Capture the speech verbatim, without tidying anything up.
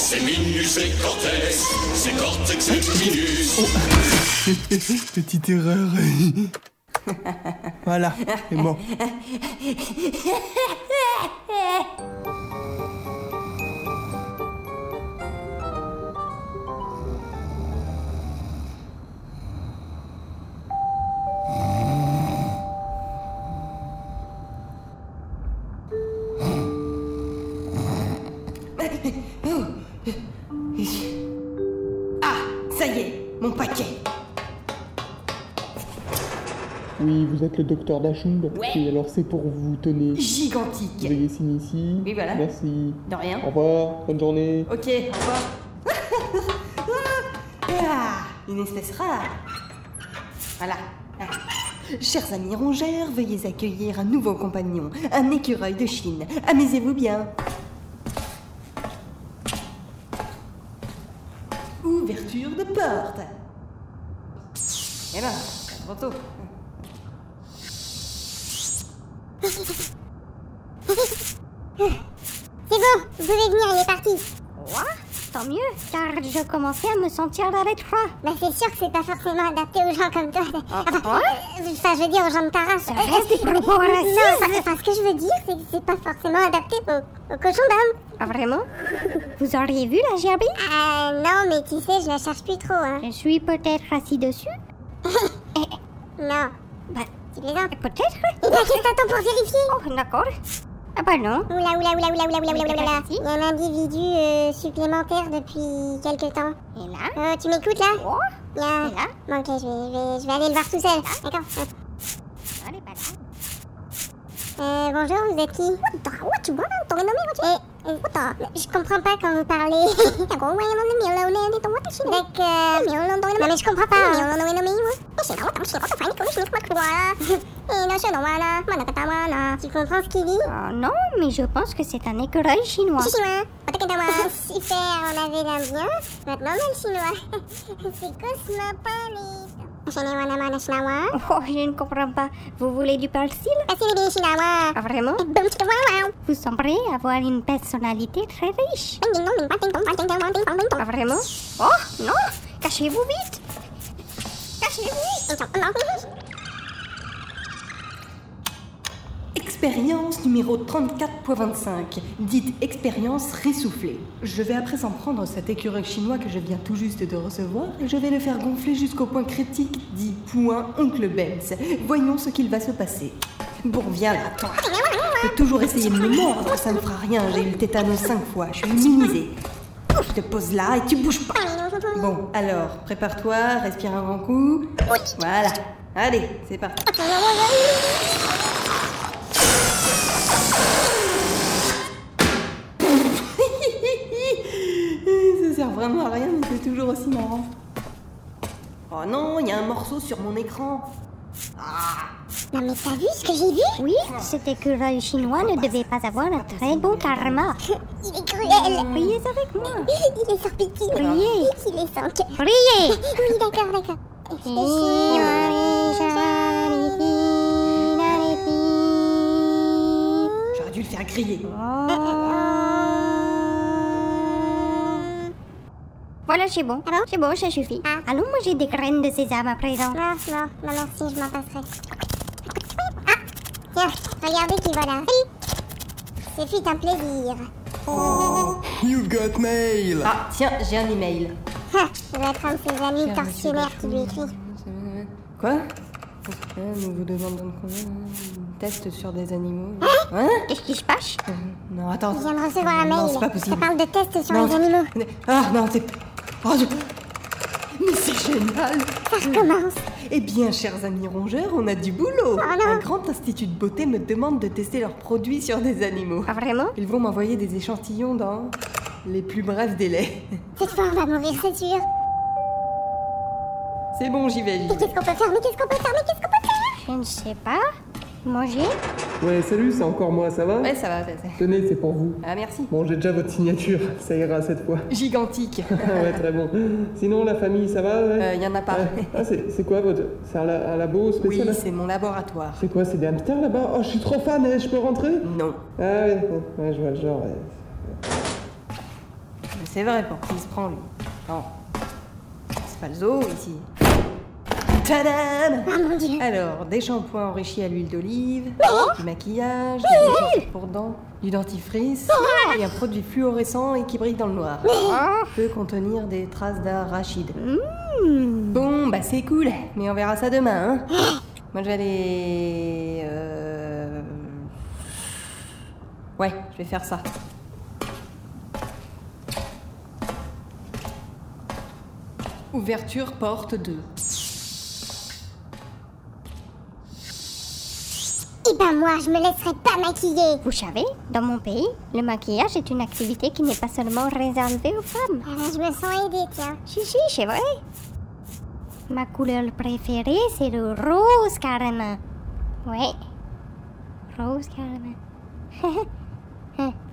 C'est Minus, c'est Cortex, c'est Cortex, c'est Minus. Oh. Petite erreur. Voilà, c'est bon. Ah, ça y est, mon paquet. Oui, vous êtes le docteur Dachung. Ouais. Oui, alors c'est pour vous, tenez. Gigantique. Veuillez signer ici. Oui, voilà. Merci. De rien. Au revoir, bonne journée. Ok, au revoir. Ah, une espèce rare. Voilà. Ah. Chers amis rongeurs, veuillez accueillir un nouveau compagnon, un écureuil de Chine. Amusez-vous bien. Ouverture de porte. Eh ben, pas trop tôt. C'est bon, vous pouvez venir, il est parti. Quoi? Tant mieux, car je commençais à me sentir avec froid. Bah c'est sûr que c'est pas forcément adapté aux gens comme toi. Enfin, quoi euh, enfin, je veux dire aux gens de ta race. Ça reste des propos Non, racistes. enfin, enfin, ce que je veux dire, c'est que c'est pas forcément adapté aux, aux cochons d'âme. Ah, vraiment? Vous auriez vu la gerbille? Euh, non, mais tu sais, je la cherche plus trop, hein. Je suis peut-être assis dessus? Non, Bah, tu plaisantes. peut-être? Et bah, qu'est-ce que t'attends pour vérifier? Oh, d'accord. Ah bah non. Oula, oula, oula, oula, oula, oula, oula, oula, oula. Si. Il y a un individu euh, supplémentaire depuis quelque temps. Et là? Euh, tu m'écoutes, là? Oh, Il y a... et là? Bon, ok, je vais, je, vais, je vais aller le voir tout seul. D'accord. Elle est pas là. Euh, bonjour, vous êtes qui? What the, what, ton nom, eh, eh, je comprends pas quand vous parlez. D'accord. Non, mais je comprends pas. Tu comprends ce qu'il dit? Ah non, mais je pense que c'est un écureuil chinois. Chinois. Super, on avait l'indien. Maintenant, on a le chinois. C'est cosmopolite. Oh, je ne comprends pas. Vous voulez du persil? Ah, vraiment? Vous semblez avoir une personnalité très riche. Ah, vraiment? Oh, non! Cachez-vous vite! Cachez-vous! Expérience numéro trente-quatre point vingt-cinq, dite expérience ressoufflée. Je vais à présent prendre cet écureuil chinois que je viens tout juste de recevoir et je vais le faire gonfler jusqu'au point critique, dit point oncle Benz. Voyons ce qu'il va se passer. Bon, viens là, toi. Je peux toujours essayer de me mordre, ça ne fera rien, j'ai eu le tétanos cinq fois, je suis immunisée. Je te pose là et tu bouges pas. Bon, alors, prépare-toi, respire un grand coup. Voilà. Allez, c'est parti. Ça sert vraiment à rien, mais c'est toujours aussi marrant. Oh non, il y a un morceau sur mon écran. Ah. Non, mais t'as vu ce que j'ai vu? Oui, cet écureuil chinois ne devait pas avoir un très bon karma. Il est cruel. Priez avec moi. Il est sur piquine. Priez. Il est sans cœur. Priez. Oui, d'accord, d'accord. J'aurais dû le faire griller. Voilà, c'est bon. Ah bon? C'est bon, ça suffit. Ah. Allons manger des graines de sésame à présent. Non, non, non, merci, je m'en passerai. Ah, tiens, regardez qui va là. Ce fut un plaisir. You've got mail. Ah, tiens, j'ai un email. Ah, ça doit être un de ses amis tortionnaires qui lui écrit. Quoi? Nous vous demandons combien? Test sur des animaux. Hein? Qu'est-ce qui se passe? Euh, Non, attends. Je viens de recevoir un Non, mail. c'est pas possible. Ça parle de tests sur Non, les animaux. Ah non, c'est... Oh, je... Mais c'est génial! Ça recommence. Eh bien, chers amis rongeurs, on a du boulot! Oh non. Un grand institut de beauté me demande de tester leurs produits sur des animaux. Ah, vraiment? Ils vont m'envoyer des échantillons dans les plus brefs délais. Cette fois, on va mourir, c'est sûr. C'est bon, j'y vais, j'y Mais vais. qu'est-ce qu'on peut faire? Mais qu'est-ce qu'on peut faire? Mais qu'est-ce qu'on peut faire? Je ne sais pas. Manger? Ouais, salut, c'est encore moi, ça va? Ouais, ça va, ça, ça. Tenez, c'est pour vous. Ah, merci. Bon, j'ai déjà votre signature, ça ira cette fois. Gigantique. Ouais, très bon. Sinon, la famille, ça va? Ouais. Euh, y en a pas. Ouais. Ah, c'est c'est quoi votre... C'est un, la- un labo Oui, spécial? c'est mon laboratoire. C'est quoi, c'est des hamsters là-bas? Oh, je suis trop fan, eh, je peux rentrer? Non. Ah ouais, ouais, je vois le genre. Ouais. Mais c'est vrai, pour qui il se prend, lui. Non. C'est pas le zoo, ici. Tadam! Oh mon dieu. Alors, des shampoings enrichis à l'huile d'olive, du maquillage, des chaussures pour dents, du dentifrice et un produit fluorescent et qui brille dans le noir. Peut contenir des traces d'arachide. Bon, bah c'est cool, mais on verra ça demain, hein. Moi, je vais aller... Euh... Ouais, je vais faire ça. Ouverture porte deux. Eh ben moi, je me laisserai pas maquiller. Vous savez, dans mon pays, le maquillage est une activité qui n'est pas seulement réservée aux femmes. Ah ben, je me sens aidée, tiens. Si, si, c'est vrai. Ma couleur préférée, c'est le rose carrément. Ouais, rose carrément.